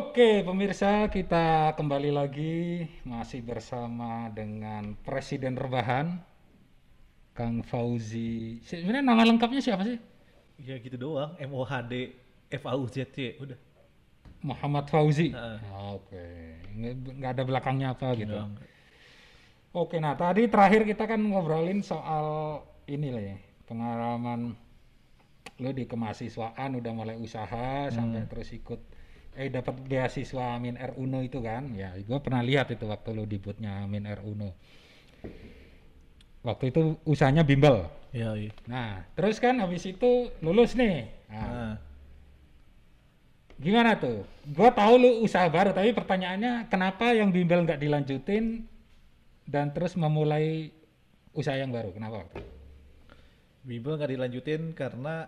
Oke, pemirsa, kita kembali lagi masih bersama dengan Presiden Rebahan, Kang Fauzi. Sebenarnya nama lengkapnya siapa sih? Ya gitu doang, MOHD FAUZC udah. Muhammad Fauzi. Heeh. Oke, nggak ada belakangnya apa gitu. Enggak. Oke, nah tadi terakhir kita kan ngobrolin soal ini lah ya, pengalaman lu di kemahasiswaan udah mulai usaha sampai terus ikut dapat beasiswa Min Uno itu kan. Ya, gue pernah lihat itu waktu lu debutnya Min Uno. Waktu itu usahanya bimbel. Ya, iya. Nah, terus kan habis itu lulus nih. Nah, Nah, gimana tuh? Gue tahu lu usaha baru, tapi pertanyaannya kenapa yang bimbel nggak dilanjutin dan terus memulai usaha yang baru? Kenapa? Bimbel nggak dilanjutin karena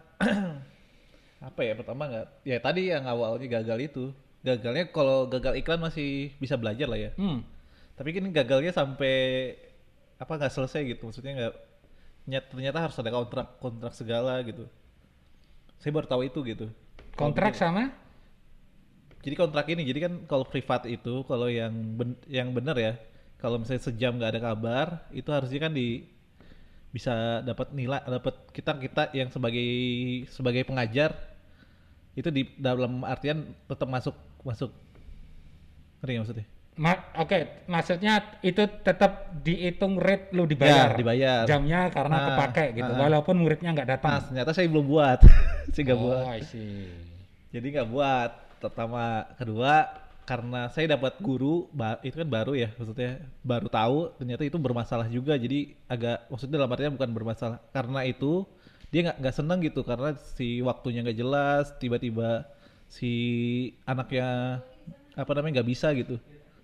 apa ya? Pertama nggak, ya tadi yang awalnya gagal itu. Gagalnya kalau gagal iklan masih bisa belajar lah ya. Hmm. Tapi kan gagalnya sampai apa nggak selesai gitu. Maksudnya nggak ternyata harus ada kontrak segala gitu. Saya baru tahu itu gitu. Kalau Kontrak bikin- sama? Jadi kontrak ini, jadi kan kalau privat itu, kalau yang benar ya, kalau misalnya sejam nggak ada kabar, itu harusnya kan bisa dapat nilai, dapat kita kita yang sebagai sebagai pengajar itu di dalam artian tetap masuk masuk, ngerti nggak maksudnya? Oke, maksudnya itu tetap dihitung rate lu dibayar. Ya, dibayar. Jamnya karena Ah, kepake gitu, ah, ah. walaupun muridnya nggak datang. Nah, ternyata saya belum buat, saya nggak buat. I see. Jadi nggak buat. Pertama, kedua karena saya dapat guru itu kan baru ya, maksudnya baru tahu ternyata itu bermasalah juga. Jadi agak maksudnya dalam artinya bukan bermasalah karena itu dia nggak senang gitu karena si waktunya nggak jelas, tiba-tiba si anaknya apa namanya nggak bisa gitu.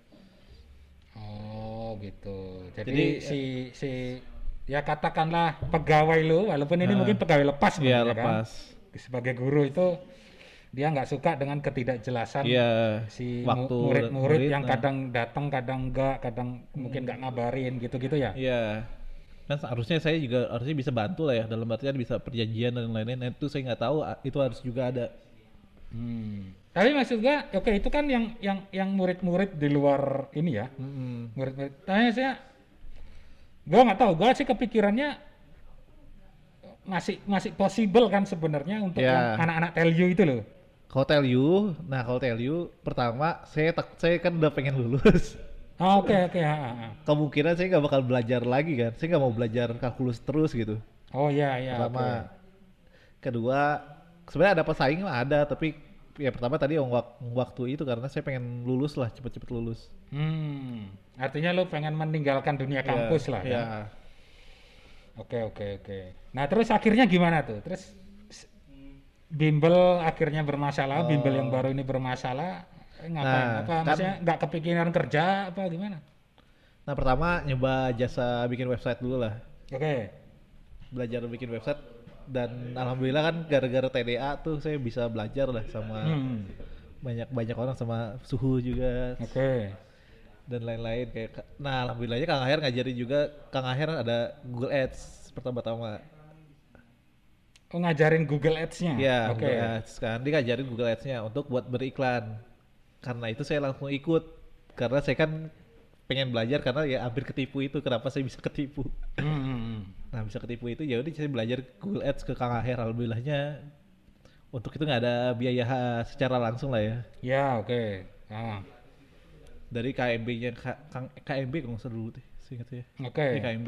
Oh, gitu. Jadi, Jadi si ya katakanlah pegawai lu, walaupun ini mungkin pegawai lepas ya sebenarnya kan. lepas. Sebagai guru itu dia nggak suka dengan ketidakjelasan Iya, si waktu murid-murid yang nah, kadang datang, kadang enggak, kadang mungkin nggak ngabarin gitu-gitu ya. iya. Kan harusnya saya juga harusnya bisa bantu lah ya dalam artian bisa perjanjian dan lain-lain. Nah, itu saya nggak tahu itu harus juga ada. Tapi maksud gua, oke itu kan yang murid-murid di luar ini ya, Mm-mm. murid-murid. Tapi saya, gua nggak tahu, gua sih kepikirannya masih possible kan sebenarnya untuk yang Ya. anak-anak telyu itu loh. Kalau tell you, pertama saya kan udah pengen lulus. Oke oke. Kemungkinan saya nggak bakal belajar lagi kan. Saya nggak mau belajar kalkulus terus gitu. Oh iya iya. Pertama, Oke. kedua, sebenarnya ada pesaing mah ada, tapi ya pertama tadi waktu itu karena saya pengen lulus lah, cepet-cepet lulus. Artinya lu pengen meninggalkan dunia kampus lah Ya, kan? Oke oke oke. Nah terus akhirnya gimana tuh? Terus bimbel akhirnya bermasalah, bimbel yang baru ini bermasalah. Ngapain? Nah, Apa kan- maksudnya nggak kepikiran kerja apa gimana? Nah pertama nyoba jasa bikin website dulu lah, Oke. belajar bikin website dan alhamdulillah kan gara-gara TDA tuh saya bisa belajar lah sama Hmm. banyak orang sama suhu juga Oke. dan lain-lain kayak nah alhamdulillahnya Kang Aher ngajarin juga. Kang Aher ada Google Ads pertama-tama Oh ngajarin Google Ads-nya. ya. Oke. Google Ads kan dia ngajarin Google Ads-nya untuk buat beriklan. Karena itu saya langsung ikut karena saya kan pengen belajar karena ya hampir ketipu itu. Kenapa saya bisa ketipu, Hmm. nah bisa ketipu itu ya udah saya belajar Google Ads ke Kang Aher. Alhamdulillahnya untuk itu nggak ada biaya secara langsung lah ya, Ya oke. Ah, dari KMB-nya KMB kalau nggak salah dulu tuh seingat saya. Oke. KMB.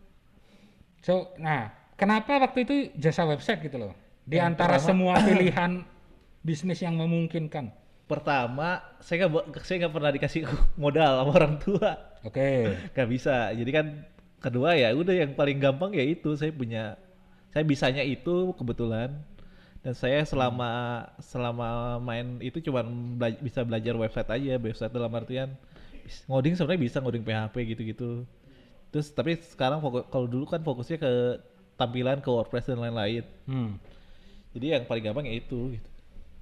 So, nah, kenapa waktu itu jasa website gitu loh? Di Yang antara pertama- semua pilihan bisnis yang memungkinkan. Pertama, saya nggak pernah dikasih modal sama orang tua, Oke. nggak bisa. Jadi kan kedua ya udah yang paling gampang ya itu saya bisanya itu kebetulan. Dan saya selama main itu cuma bisa belajar website aja, website dalam artian ngoding sebenarnya bisa ngoding PHP gitu-gitu. Terus tapi sekarang kalau dulu kan fokusnya ke tampilan, ke WordPress dan lain-lain. Hmm. Jadi yang paling gampang ya itu gitu.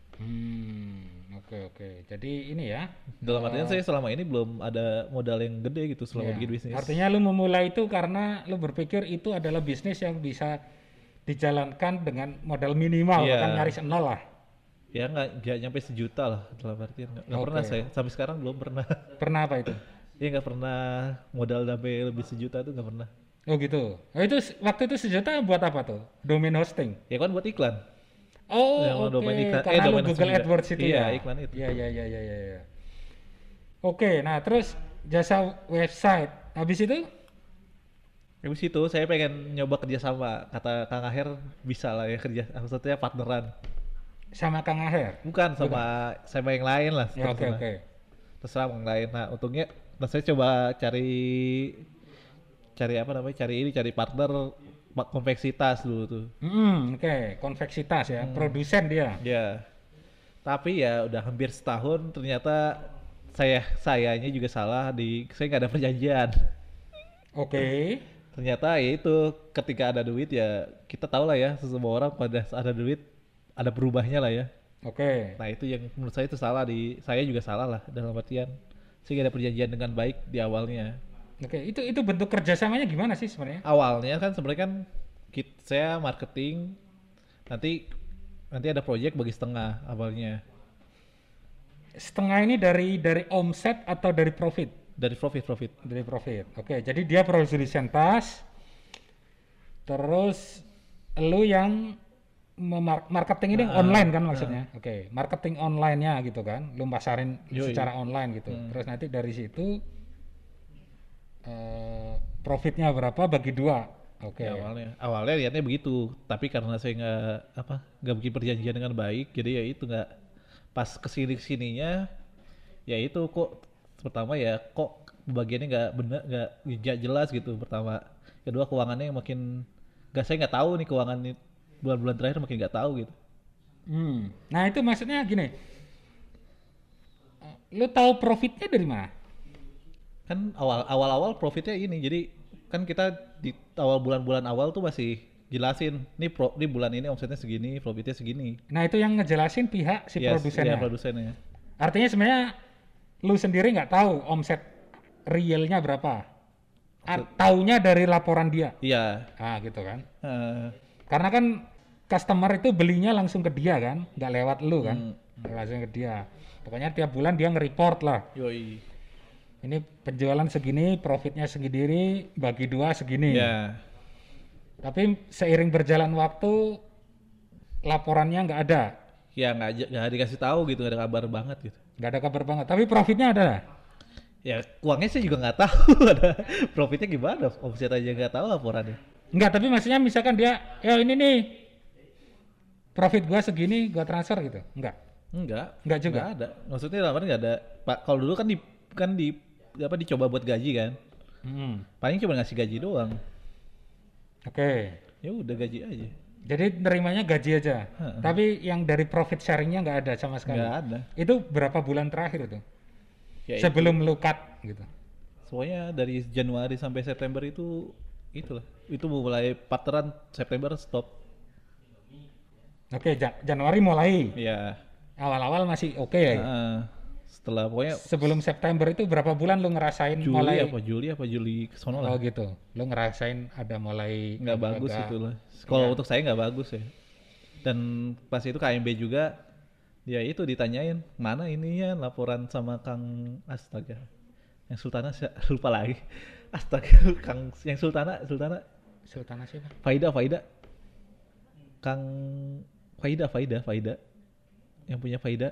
Oke oke. Jadi ini ya. Dalam artian saya selama ini belum ada modal yang gede gitu selama Ya. bikin bisnis. Artinya lu memulai itu karena lu berpikir itu adalah bisnis yang bisa dijalankan dengan modal minimal, Iya. bahkan nyaris nol lah. Ya nggak nyampe sejuta lah dalam artian nggak pernah Oke. saya sampai sekarang belum pernah. Pernah apa itu? Ya nggak pernah modal sampai lebih sejuta tuh nggak pernah. Oh gitu. Oh, itu waktu itu sejuta buat apa tuh? Domain hosting. Ya kan buat iklan. Ya Oh, oke. domain iklan, Karena lu domain hosting Google juga. AdWords itu Iya ya. iklan itu. Iya, iya, iya, iya, iya. Iya. Oke, nah terus jasa website. Habis itu? Habis itu saya pengen nyoba kerja sama, kata Kang Aher bisa lah ya kerja, maksudnya partneran. Sama Kang Aher? Bukan Bukan? sama yang lain lah, Ya, oke, terserah. oke. Terserah yang lain. Nah untungnya, nah saya coba cari cari apa namanya, cari partner konveksi tas dulu tuh. Oke. Konveksitas ya. Hmm, Produsen dia. ya. Tapi ya udah hampir setahun ternyata sayanya juga salah saya nggak ada perjanjian. Oke. Ternyata ya itu ketika ada duit ya kita tahu lah ya semua orang pada saat ada duit ada berubahnya lah ya. Oke. Nah itu yang menurut saya itu salah saya juga salah lah dalam artian saya nggak ada perjanjian dengan baik di awalnya. Oke. Itu bentuk kerjasamanya gimana sih sebenarnya? Awalnya kan sebenarnya kan saya marketing nanti nanti ada project bagi setengah awalnya Setengah ini dari omset atau dari profit? dari profit. Dari profit. Oke, jadi dia produsen tas, terus lu yang marketing ini online kan maksudnya. Oke, marketing online-nya gitu kan. Lu pasarin Yoi. secara online gitu. Terus nanti dari situ profitnya berapa bagi dua. Oke. Ya awalnya lihatnya begitu tapi karena saya nggak bikin perjanjian dengan baik jadi ya itu nggak pas kesininya ya itu kok pertama ya kok bagiannya nggak benar nggak jelas gitu pertama kedua keuangannya yang makin nggak saya nggak tahu nih keuangan ini bulan-bulan terakhir makin nggak tahu gitu. Nah, itu maksudnya gini. Lu tahu profitnya dari mana? Kan awal profitnya ini jadi kan kita di awal bulan-bulan awal tuh masih jelasin nih bulan ini omsetnya segini profitnya segini. Nah, itu yang ngejelasin pihak si Ya produsennya. produsennya. Artinya sebenarnya lu sendiri nggak tahu omset realnya berapa. Taunya dari laporan dia. Iya. Ah, gitu kan. eh, Karena kan customer itu belinya langsung ke dia kan, nggak lewat lu kan, langsung ke dia. Pokoknya tiap bulan dia nge-report lah. Yoi. Ini penjualan segini, profitnya segini, bagi dua segini. Ya. Tapi seiring berjalan waktu, laporannya nggak ada. Ya nggak dikasih tahu gitu, nggak ada kabar banget gitu. Nggak ada kabar banget. Tapi profitnya ada lah. Ya uangnya sih juga nggak tahu ada profitnya gimana, omset aja nggak tahu laporannya. Nggak, tapi maksudnya misalkan dia, ya ini nih, profit gua segini, gua transfer gitu. Nggak juga. Nggak ada. Maksudnya laporan nggak ada. Pak, kalau dulu kan di apa dicoba buat gaji kan. Paling cuma ngasih gaji doang. Oke. Ya udah gaji aja. Jadi nerimanya gaji aja. Tapi yang dari profit sharingnya nggak ada sama sekali. Nggak ada. Itu berapa bulan terakhir tuh? Ya Sebelum lu cut gitu. Soalnya dari Januari sampai September itulah. Itu mulai partneran September stop. Oke, Januari mulai. Ya. Awal-awal masih oke ya. Setelah pokoknya Sebelum September itu berapa bulan lu ngerasain mulai Juli kesono Oh lah. gitu. Lu ngerasain ada mulai Nggak bagus agak- itu lah. Kalau untuk saya nggak bagus ya. Dan pas itu KMB juga ya itu ditanyain mana ininya laporan sama Kang Astaga. Yang Sultana lupa lagi. Astaga Kang yang Sultana Sultana siapa? Faida Kang Faida yang punya Faida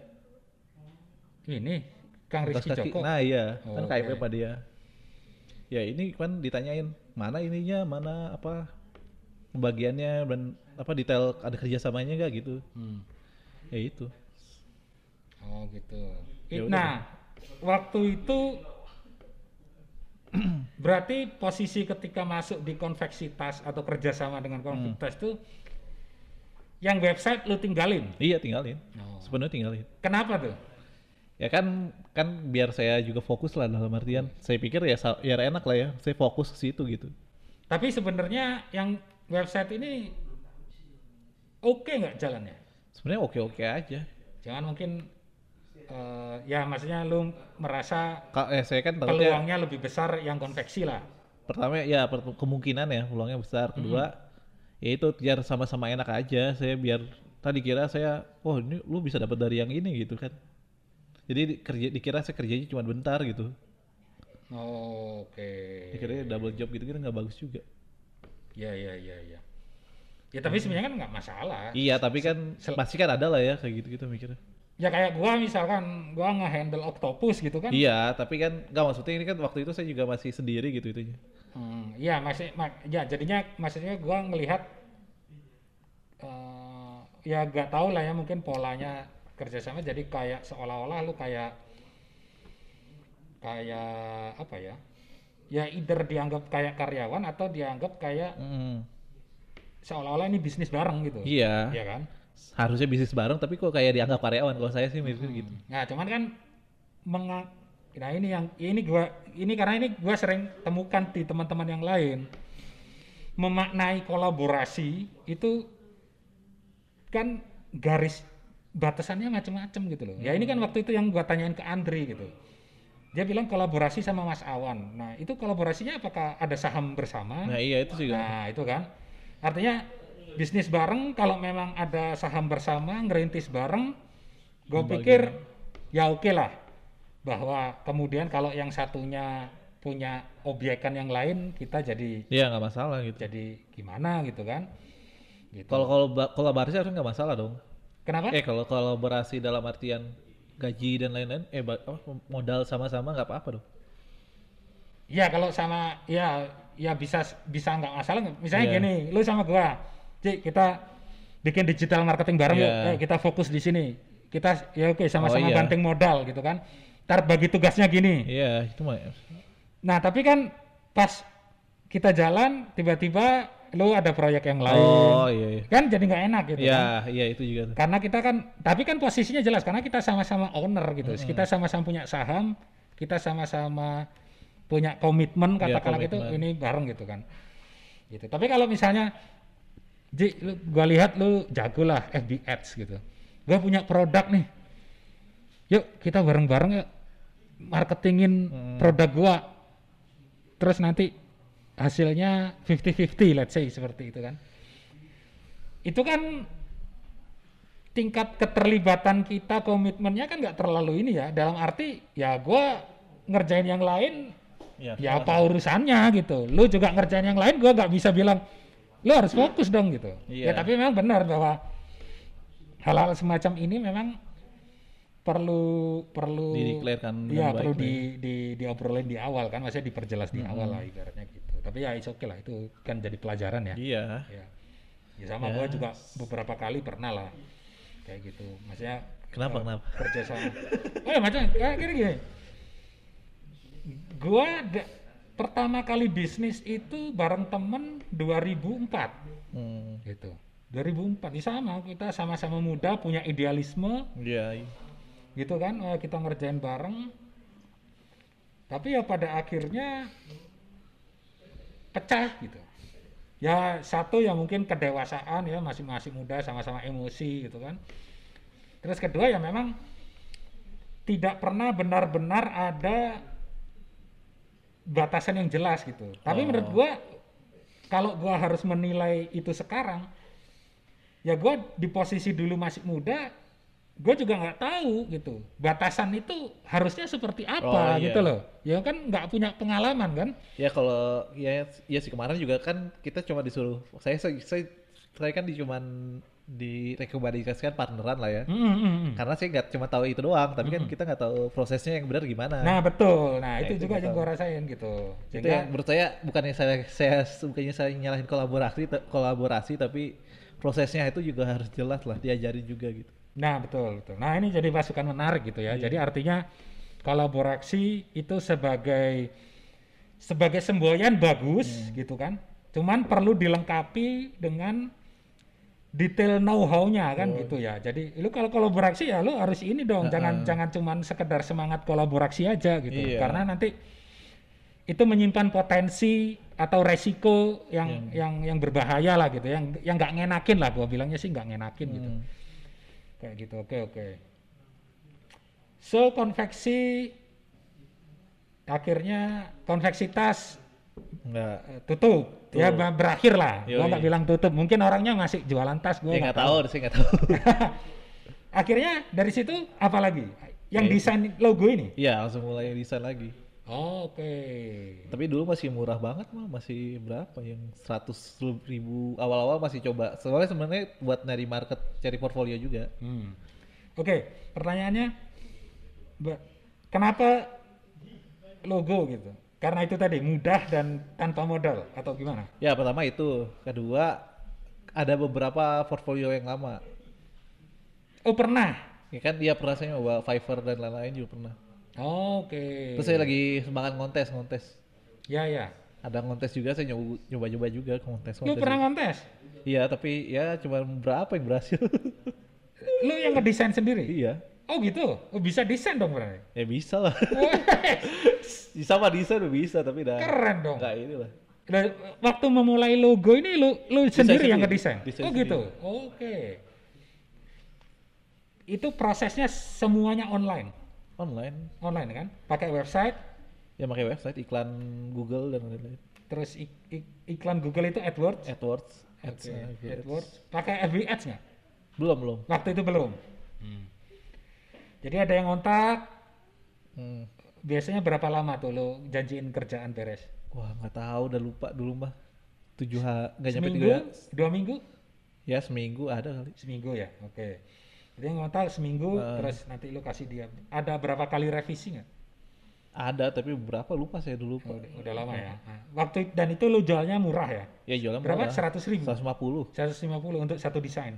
Ini Kang atas Rizky kaki. Joko. Nah iya Oh, kan KMB oke. pada dia. Ya ini kan ditanyain mana ininya mana apa pembagiannya dan apa detail ada kerjasamanya nggak gitu. Ya itu. Oh gitu. Ya udah Nah, waktu itu berarti posisi ketika masuk di konveksi tas atau kerjasama dengan konveksi tas itu yang website lu tinggalin. Iya tinggalin. Oh. Sepenuhnya tinggalin. Kenapa tuh? Ya kan biar saya juga fokus lah dalam artian saya pikir ya biar enak lah ya saya fokus ke situ gitu. Tapi sebenarnya yang website ini oke nggak jalannya? Sebenarnya oke aja. Jangan mungkin ya maksudnya lu merasa Saya kan takutnya peluangnya lebih besar yang konveksi lah. pertama ya kemungkinan ya peluangnya besar kedua ya itu biar sama-sama enak aja saya biar Tadi kira saya, oh ini lu bisa dapat dari yang ini gitu kan. Jadi dikira saya kerjanya cuma bentar gitu. Oh, oke. Dikira double job gitu kan nggak bagus juga. Ya, ya, ya, ya. Ya tapi sebenarnya kan nggak masalah. Iya, tapi kan Sel- pasti kan ada lah ya kayak gitu-gitu mikirnya. ya kayak gua misalkan gua nge-handle Octopus gitu kan. Iya, tapi kan nggak, maksudnya ini kan waktu itu saya juga masih sendiri gitu itunya. Ya ya jadinya maksudnya gua ngelihat ya gak tau lah ya mungkin polanya kerjasama jadi kayak seolah-olah lu kayak kayak apa ya? Ya either dianggap kayak karyawan atau dianggap kayak Mm. seolah-olah ini bisnis bareng gitu. Iya, Iya kan? harusnya bisnis bareng tapi kok kayak dianggap karyawan. Kalau saya sih mikirnya gitu. Nah, cuman kan menga nah ini yang ini karena ini gua sering temukan di teman-teman yang lain memaknai kolaborasi itu kan garis batasannya macam-macam gitu loh. Ya ini kan waktu itu yang gua tanyain ke Andri gitu. Dia bilang kolaborasi sama Mas Awan. Nah, itu kolaborasinya apakah ada saham bersama? Nah iya itu juga. Nah, itu kan. Artinya bisnis bareng kalau memang ada saham bersama, ngerintis bareng, gue pikir ya oke lah. Bahwa kemudian kalau yang satunya punya obyekan yang lain, kita jadi Iya nggak masalah gitu. jadi gimana gitu kan. Gitu. Kalau kolaborasi harusnya nggak masalah dong. Kenapa? Kalau kolaborasi dalam artian gaji dan lain-lain, modal sama-sama nggak apa-apa dong. Ya kalau sama ya bisa bisa nggak masalah. Misalnya Iya. gini, lu sama gua, Cik, kita bikin digital marketing bareng yuk. Iya. Kita fokus di sini. Kita ya oke sama-sama Oh, iya. banting modal gitu kan. Ntar bagi tugasnya gini. Iya itu mah. Nah tapi kan pas kita jalan tiba-tiba lu ada proyek yang lain. Oh iya. Kan jadi nggak enak gitu kan. Iya iya itu juga. Karena kita kan, tapi kan posisinya jelas karena kita sama-sama owner gitu. Kita sama-sama punya saham, kita sama-sama punya komitmen Iya, katakanlah gitu, komitmen. ini bareng gitu kan. Gitu. Tapi kalau misalnya gua lihat lu jago lah FB Ads gitu. Gua punya produk nih. Yuk kita bareng-bareng yuk marketingin produk gua. Terus nanti hasilnya 50-50 let's say seperti itu kan. Itu kan tingkat keterlibatan kita, komitmennya kan nggak terlalu ini ya, dalam arti ya gue ngerjain yang lain ya apa urusannya gitu, lu juga ngerjain yang lain, gue nggak bisa bilang lu harus fokus dong gitu. Iya. Ya tapi memang benar bahwa hal-hal semacam ini memang perlu Dideklarkan dengan ya baik perlu lah ya. diobrolin di awal kan, maksudnya diperjelas di awal lah ibaratnya gitu. Tapi ya it's okay lah, itu kan jadi pelajaran ya. Iya. Ya sama Ya. gue juga beberapa kali pernah lah kayak gitu, maksudnya Kenapa kenapa? kerja sama oh ya macam kayak gini gue pertama kali bisnis itu bareng temen 2004 gitu. 2004 di sama kita sama-sama muda punya idealisme Iya. gitu kan, kita ngerjain bareng tapi ya pada akhirnya pecah gitu. Ya satu ya mungkin kedewasaan ya, masih muda sama-sama emosi gitu kan. Terus kedua ya memang tidak pernah benar-benar ada batasan yang jelas gitu. Tapi menurut gua kalau gua harus menilai itu sekarang, ya gua di posisi dulu masih muda, gue juga nggak tahu gitu batasan itu harusnya seperti apa gitu loh. Ya kan nggak punya pengalaman kan. Ya kalau ya sih kemarin juga kan kita cuma disuruh saya kan cuman direkomendasikan partneran lah ya. Karena saya nggak cuma tahu itu doang, tapi kan kita nggak tahu prosesnya yang benar gimana. Nah betul, nah itu itu juga nggak yang tahu. gue rasain gitu. Itu yang menurut saya bukannya saya nyalahin kolaborasi tapi prosesnya itu juga harus jelas lah, diajarin juga gitu. Nah betul. Nah ini jadi masukan menarik gitu ya. Jadi artinya kolaborasi itu sebagai semboyan bagus gitu kan. Cuman perlu dilengkapi dengan detail know-how-nya kan gitu ya. Jadi lu kalau kolaborasi ya lu harus ini dong. Jangan cuman sekedar semangat kolaborasi aja gitu. Iya. Karena nanti itu menyimpan potensi atau resiko yang berbahaya lah gitu. Yang nggak ngenakin lah, gua bilangnya sih nggak ngenakin gitu. Kayak gitu. Oke. So konveksi akhirnya konveksi tas Enggak. Tutup. Ya Tutup. berakhir lah. Gua Yoi. nggak bilang tutup. Mungkin orangnya masih jualan tas, gua Ya nggak nggak tahu. tahu, saya nggak tahu. Akhirnya dari situ apa lagi? Yang Ya itu. desain logo ini? Iya, langsung mulai desain lagi. Oke. Tapi dulu masih murah banget mah, masih berapa yang 100.000 awal-awal masih coba. Soalnya sebenarnya buat nyari market, cari portfolio juga. Hmm. Oke, pertanyaannya, kenapa logo gitu? Karena itu tadi mudah dan tanpa modal atau gimana? Ya pertama itu, kedua ada beberapa portfolio yang lama. Oh pernah. Ya kan dia pernah saya nyoba Fiverr dan lain-lain juga pernah. Oke. Terus saya lagi semangat ngontes. Ya ya. Ada ngontes juga, saya nyoba juga kontes Lu pernah juga. ngontes? Iya, tapi ya cuma berapa yang berhasil. Lu yang ngedesain sendiri? Iya, Oh gitu. Oh, bisa desain dong berarti. ya bisa lah. Wih, Sama desain udah bisa, tapi dah keren dong. nggak ini lah. Nah, waktu memulai logo ini lu sendiri yang sendiri. ngedesain? Desain Oh sendiri. gitu. Oke. Itu prosesnya semuanya online. Online, Online kan? Pakai website, ya pakai website, iklan Google dan lain-lain. terus iklan Google itu AdWords. AdWords, Oke, Google AdWords. Pakai FB Ads nggak? Belum. Waktu itu belum. Jadi ada yang ngontak, Hmm. biasanya berapa lama tuh lo janjiin kerjaan beres? Wah, nggak tahu, udah lupa dulu mah. 7 hari, nggak nyampe Seminggu? 3. 2 minggu? Ya seminggu ada kali. Seminggu ya, oke. Jadi yang ngontak seminggu, terus nanti lo kasih dia. Ada berapa kali revisi nggak? Ada, tapi beberapa lupa saya dulu. Oh, udah lama ya. Nah, waktu dan itu lo jualnya murah ya? Ya jualan Berapa? murah. 100.000? 150. 150 untuk satu desain.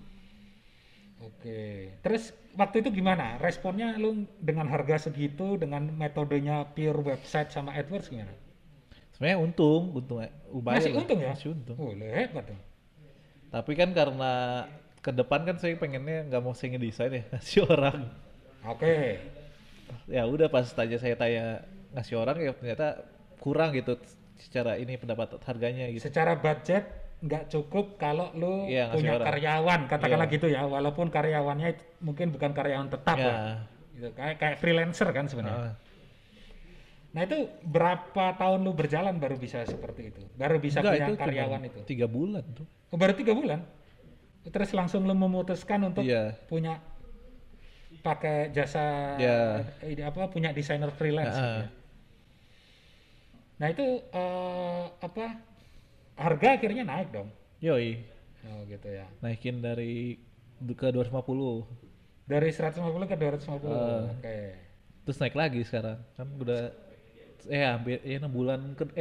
Oke. Terus waktu itu gimana? Responnya lu dengan harga segitu, dengan metodenya pure website sama AdWords gimana? Sebenarnya untung lumayan Masih lah. untung ya? Masih untung. Oh, hebat dong. Tapi kan karena ke depan kan saya pengennya nggak mau saya ngedesain ya, ngasih orang. Oke. Ya udah pas saya tanya ngasih orang ya ternyata kurang gitu secara ini pendapat harganya gitu. Secara budget nggak cukup kalau lu Iya, ngasih punya orang. karyawan, katakanlah Iya. gitu ya, walaupun karyawannya mungkin bukan karyawan tetap Ya. lah. Gitu. Kayak freelancer kan sebenarnya. Ah, Nah itu berapa tahun lu berjalan baru bisa seperti itu? Baru bisa enggak, punya itu karyawan cuma itu? 3 bulan tuh. Oh, baru 3 bulan? Terus langsung lu memutuskan untuk Iya. punya pakai jasa Ya. ini apa punya desainer freelance gitu Ah, ya. Nah itu apa harga akhirnya naik dong. Yoi, Oh gitu ya. naikin dari ke 250. Dari 150 ke 250. Oke. Terus naik lagi sekarang. Kan udah hampir 6 bulan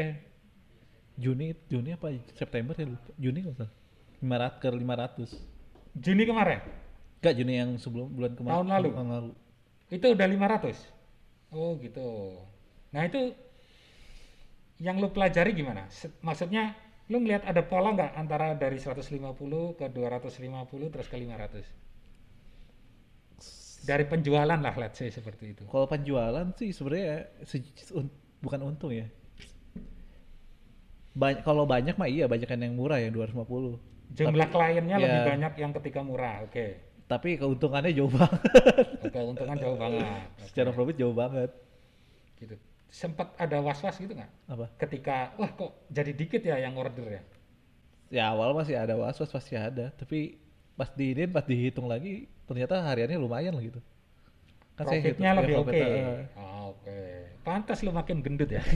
Juni apa September ya lupa. Juni nggak salah. 500 ke 500. Juni kemarin Enggak, Juni yang sebelum bulan kemarin. Tahun lalu? Tahun lalu. itu udah 500. Oh gitu. Nah itu yang lu pelajari gimana? Maksudnya lu ngelihat ada pola nggak antara dari 150 ke 250 terus ke 500? Dari penjualan lah, let's say seperti itu. Kalau penjualan sih sebenarnya bukan untung ya. Kalau banyak mah iya, banyakan yang murah yang 250. Jumlah kliennya lebih ya. banyak yang ketika murah, oke. Tapi keuntungannya jauh banget. Oke, untungan jauh banget. Oke, Secara profit jauh banget. gitu. Sempat ada was-was gitu nggak? Apa? Ketika, wah kok jadi dikit ya yang order ya? Ya awal masih ada was-was, pasti ada. Tapi pas dihitung lagi, ternyata hariannya lumayan lah gitu. Kan saya Profitnya hitung- lebih ya, oke. profitnya, Oke. Pantas lu makin gendut ya.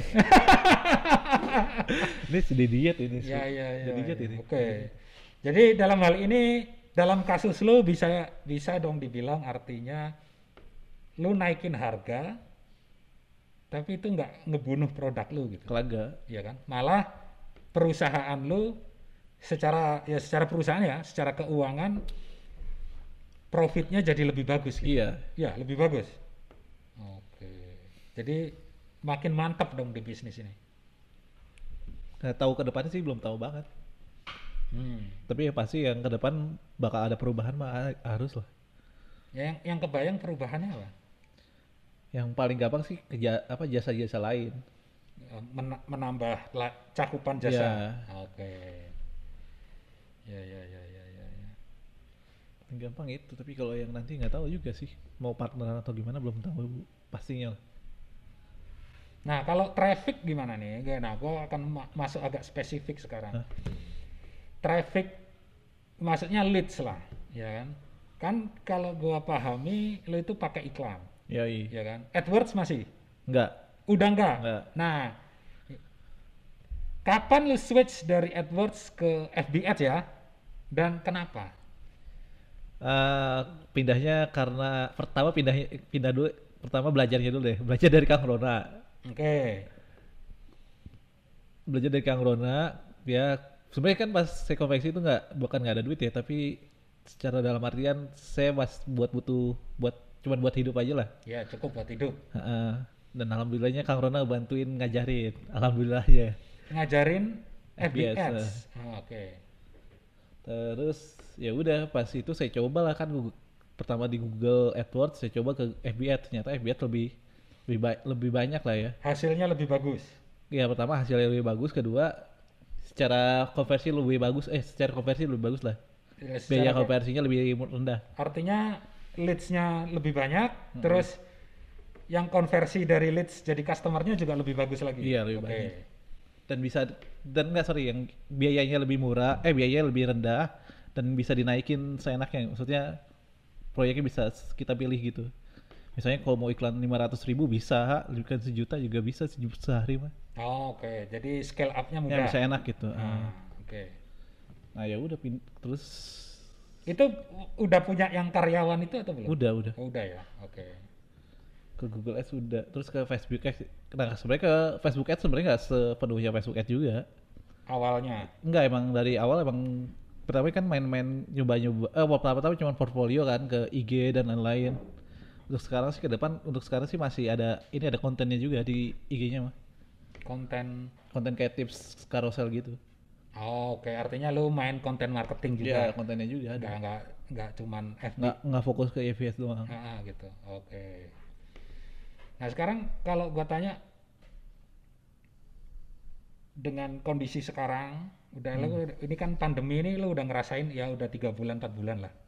ini sedih diet ini. Ya, ya, ya. Jadi diet ya. ini. Oke. Jadi dalam hal ini, dalam kasus lu bisa dong dibilang artinya lu naikin harga, tapi itu nggak ngebunuh produk lu gitu. Kelaga. Iya kan? Malah perusahaan lu secara perusahaan ya, secara keuangan profitnya jadi lebih bagus gitu. Iya. Ya, lebih bagus. Oke. Jadi makin mantap dong di bisnis ini. Nggak tahu ke depannya sih belum tahu banget. Tapi ya pasti yang ke depan bakal ada perubahan mah harus lah. Yang kebayang perubahannya apa? Yang paling gampang sih jasa-jasa lain. Menambah cakupan jasa. Iya. Oke. Ya. Paling gampang itu, tapi kalau yang nanti nggak tahu juga sih mau partner atau gimana belum tahu pastinya lah. Nah, kalau traffic gimana nih? Nah, gua akan masuk agak spesifik sekarang. Hah? Traffic maksudnya leads lah, ya kan? Kan kalau gua pahami lo itu pakai iklan, Yoi. ya kan? AdWords masih? Enggak, Udah enggak? enggak. Nah, kapan lu switch dari AdWords ke FB Ads ya? Dan kenapa? Eh, pindahnya karena pindah dulu, pertama belajarnya dulu deh, belajar dari Kang Rona. Oke. Belajar dari Kang Rona, ya sebenarnya kan pas saya konveksi itu nggak ada duit ya, tapi secara dalam artian saya buat cuman buat hidup aja lah. Ya, cukup buat hidup. Heeh. Dan alhamdulillahnya Kang Rona bantuin ngajarin, alhamdulillah ya. Ngajarin FB FBS, Ads. Oke. terus ya udah pas itu saya coba lah kan pertama di Google AdWords saya coba ke FB Ads, ternyata FB Ads lebih banyak lah ya. Hasilnya lebih bagus. Ya pertama hasilnya lebih bagus, kedua secara konversi lebih bagus lah. Ya, Biaya secara konversinya lebih rendah. artinya leads-nya lebih banyak, terus yang konversi dari leads jadi customer-nya juga lebih bagus lagi. Iya, lebih Oke. banyak. Dan nggak, sorry, yang biayanya lebih murah, biayanya lebih rendah dan bisa dinaikin seenaknya. Maksudnya proyeknya bisa kita pilih gitu. Misalnya kalau mau iklan 500.000 bisa, iklan 1 juta juga bisa sehari mah. Oh, oke. Jadi scale up-nya Ya mudah. bisa enak gitu. Oke. Nah ya udah terus Itu udah punya yang karyawan itu atau belum? udah Oh, udah ya. Oke. ke Google Ads udah, terus ke Facebook Ads. Nah sebenarnya ke Facebook Ads sebenarnya nggak sepenuhnya Facebook Ads juga. Awalnya. Enggak, emang dari awal emang pertama kan main-main nyoba-nyoba, pertama-tama cuma portfolio kan ke IG dan lain-lain. Untuk sekarang sih masih ada kontennya juga di IG-nya mah. Konten. Konten kayak tips carousel gitu. Oh, oke. Artinya lu main konten marketing juga. Iya, kontennya juga ada. Nggak cuman FB. Nggak fokus ke FBS doang. Gitu. Oke. Nah, sekarang kalau gua tanya dengan kondisi sekarang, ini kan pandemi ini lu udah ngerasain ya udah 3 bulan 4 bulan lah.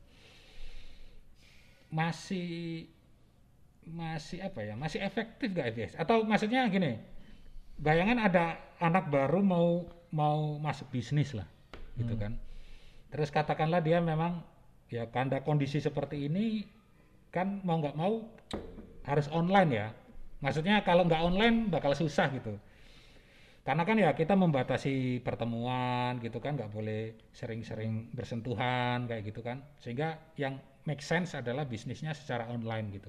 Masih masih apa ya? Masih efektif gak FBS? Atau maksudnya gini, bayangan ada anak baru mau masuk bisnis lah, gitu kan. Terus katakanlah dia memang ya karena kondisi seperti ini kan mau nggak mau harus online ya. Maksudnya kalau nggak online bakal susah gitu. Karena kan ya kita membatasi pertemuan gitu kan, nggak boleh sering-sering bersentuhan kayak gitu kan. Sehingga yang make sense adalah bisnisnya secara online gitu.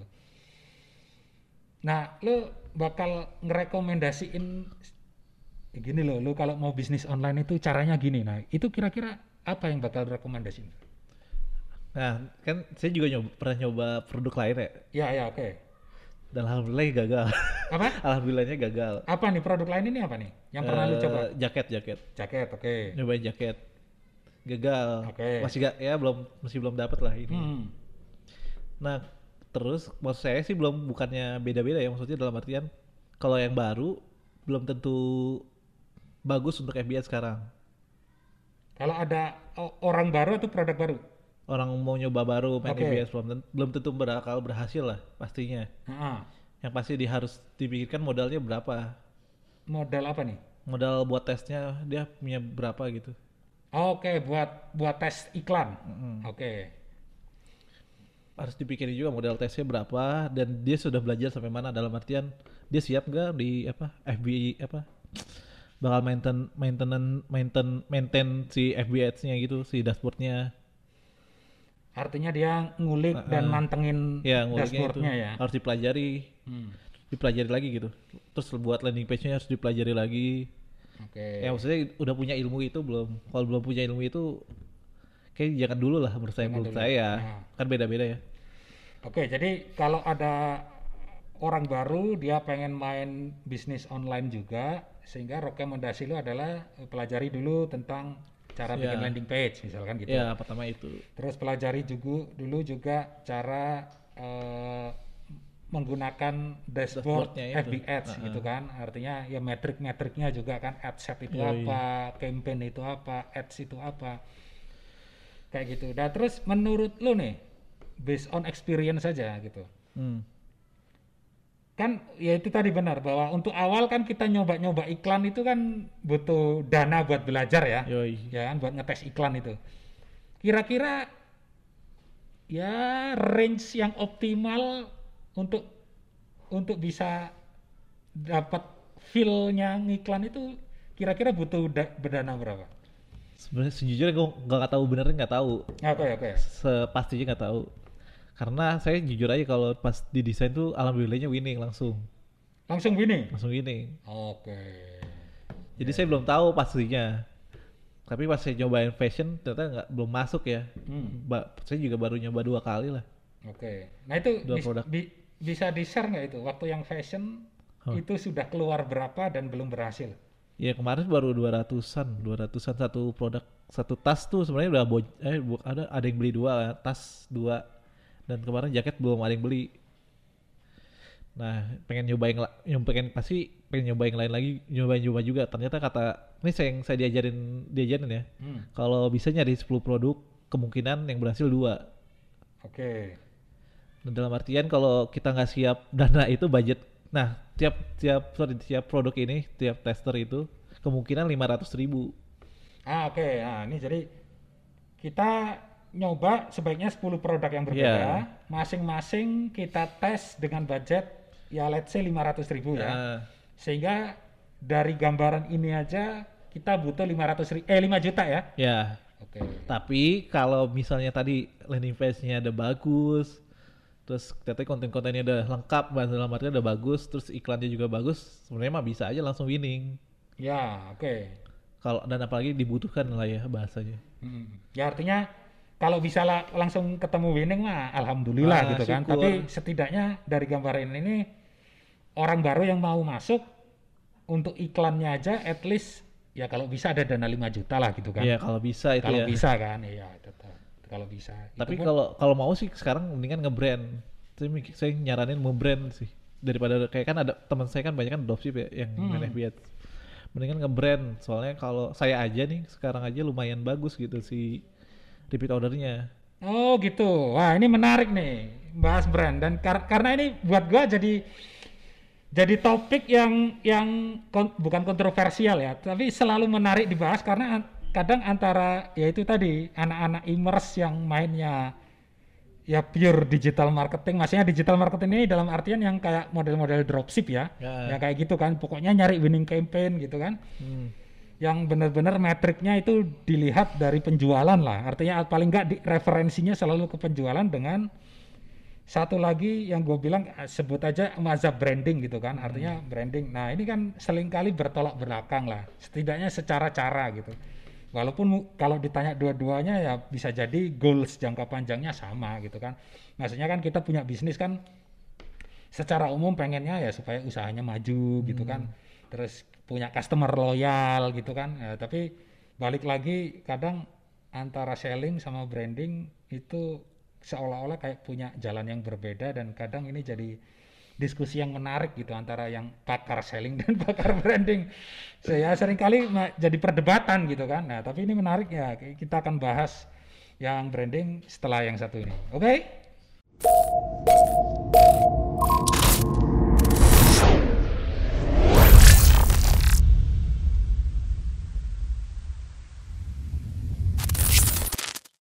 Nah, lo bakal ngerekomendasiin gini loh, lo kalau mau bisnis online itu caranya gini. Nah, itu kira-kira apa yang bakal rekomendasiin? Nah, kan saya juga pernah nyoba produk lain ya. Ya, ya, oke. Dan alhamdulillah gagal. Apa? Alhamdulillahnya gagal. Apa nih produk lain ini apa nih? Yang pernah lu coba? Jaket. Jaket, oke. Nyobain jaket. Gagal. Oke. Masih belum dapat lah ini. Nah, terus maksud saya sih bukannya beda-beda ya, maksudnya dalam artian kalau yang baru belum tentu bagus untuk FBA sekarang. Kalau ada orang baru atau produk baru? Orang mau nyoba baru main FBA belum tentu bakal berhasil lah pastinya. Yang pasti harus dipikirkan modalnya berapa. Modal apa nih? Modal buat tesnya dia punya berapa gitu. Oke, buat tes iklan. Oke. Harus dipikirin juga modal tesnya berapa dan dia sudah belajar sampai mana, dalam artian dia siap nggak di FB bakal maintain si FB Ads-nya gitu, si dashboard-nya. Artinya dia ngulik dan mantengin dashboard-nya ya. Harus dipelajari. Dipelajari lagi gitu. Terus buat landing page-nya harus dipelajari lagi. Oke. Ya maksudnya udah punya ilmu itu belum? Kalau belum punya ilmu itu kayak jangan dulu lah menurut saya. Kan beda-beda ya. Oke, jadi kalau ada orang baru dia pengen main bisnis online juga, sehingga rekomendasi lu adalah pelajari dulu tentang cara bikin landing page misalkan gitu. Ya, pertama itu. Terus pelajari dulu juga cara menggunakan dashboard FB Ads gitu kan. Artinya ya metrik-metriknya juga kan, ad set itu apa, campaign itu apa, ads itu apa. Kayak gitu. Nah, terus menurut lu nih based on experience saja gitu. kan ya itu tadi benar bahwa untuk awal kan kita nyoba-nyoba iklan itu kan butuh dana buat belajar ya. Yoi. Ya kan buat ngetes iklan itu. Kira-kira ya range yang optimal untuk bisa dapat feel-nya ngiklan itu kira-kira butuh berdana berapa? Sebenarnya sejujurnya gue nggak tahu, benernya nggak tahu, Oke, oke. sepastinya nggak tahu. Karena saya jujur aja kalau pas di desain tuh alhamdulillahnya winning langsung, Langsung gini. langsung winning. Oke. Jadi saya belum tahu pastinya. Tapi pas saya nyobain fashion ternyata nggak, belum masuk ya. Saya juga baru nyoba 2 kali lah, Oke. Nah itu 2 produk. bisa di-share nggak itu waktu yang fashion itu sudah keluar berapa dan belum berhasil? Ya kemarin baru 200-an satu produk, satu tas tuh sebenarnya udah ada yang beli 2 tas 2, dan kemarin jaket belum ada yang beli. Nah, pengen nyobain pasti pengen nyobain lain lagi, nyoba juga. Ternyata kata ini saya diajarin ya. Kalau bisa nyari 10 produk, kemungkinan yang berhasil 2. Oke. Nah, dalam artian kalau kita nggak siap dana itu budget. Nah, tiap produk ini, tiap tester itu kemungkinan 500.000. Oke. Nah, ini jadi kita nyoba sebaiknya 10 produk yang berbeda. Iya. Masing-masing kita tes dengan budget ya let's say 500.000 ya. Nah, Sehingga dari gambaran ini aja kita butuh 5 juta ya. ya. Oke. Tapi kalau misalnya tadi landing page-nya ada bagus, terus ternyata konten-kontennya udah lengkap, dalam artinya udah bagus, terus iklannya juga bagus, sebenarnya mah bisa aja langsung winning. Ya, oke. Kalau dan apalagi dibutuhkan lah ya bahasanya. Ya artinya kalau bisa langsung ketemu winning mah alhamdulillah gitu kan. Syukur. Tapi setidaknya dari gambaran ini orang baru yang mau masuk untuk iklannya aja at least ya kalau bisa ada dana 5 juta lah gitu kan. Iya kalau bisa itu Kalau ya. bisa kan, iya tetap kalau bisa. Tapi Itu pun- kalau mau sih sekarang mendingan nge-brand. Saya nyaranin mau-brand sih, daripada kayak kan ada teman saya kan banyak kan dropship ya yang main FBA. Mendingan nge-brand, soalnya kalau saya aja nih sekarang aja lumayan bagus gitu si repeat ordernya. Oh gitu. Wah ini menarik nih bahas brand dan karena ini buat gua jadi topik yang bukan kontroversial ya, tapi selalu menarik dibahas karena kadang antara ya itu tadi anak-anak e-commerce yang mainnya ya pure digital marketing, maksudnya digital marketing ini dalam artian yang kayak model-model dropship ya, ya kayak gitu kan, pokoknya nyari winning campaign gitu kan, yang benar-benar metriknya itu dilihat dari penjualan lah, artinya paling nggak referensinya selalu ke penjualan dengan satu lagi yang gue bilang sebut aja mazhab branding gitu kan, artinya branding. Nah ini kan seringkali bertolak belakang lah, setidaknya secara cara gitu. Walaupun kalau ditanya dua-duanya ya bisa jadi goals jangka panjangnya sama gitu kan. Maksudnya kan kita punya bisnis kan secara umum pengennya ya supaya usahanya maju gitu kan. Terus punya customer loyal gitu kan. Ya, tapi balik lagi kadang antara selling sama branding itu seolah-olah kayak punya jalan yang berbeda dan kadang ini jadi diskusi yang menarik gitu antara yang pakar selling dan pakar branding. Saya seringkali jadi perdebatan gitu kan. Nah, tapi ini menarik ya. Kita akan bahas yang branding setelah yang satu ini. Oke?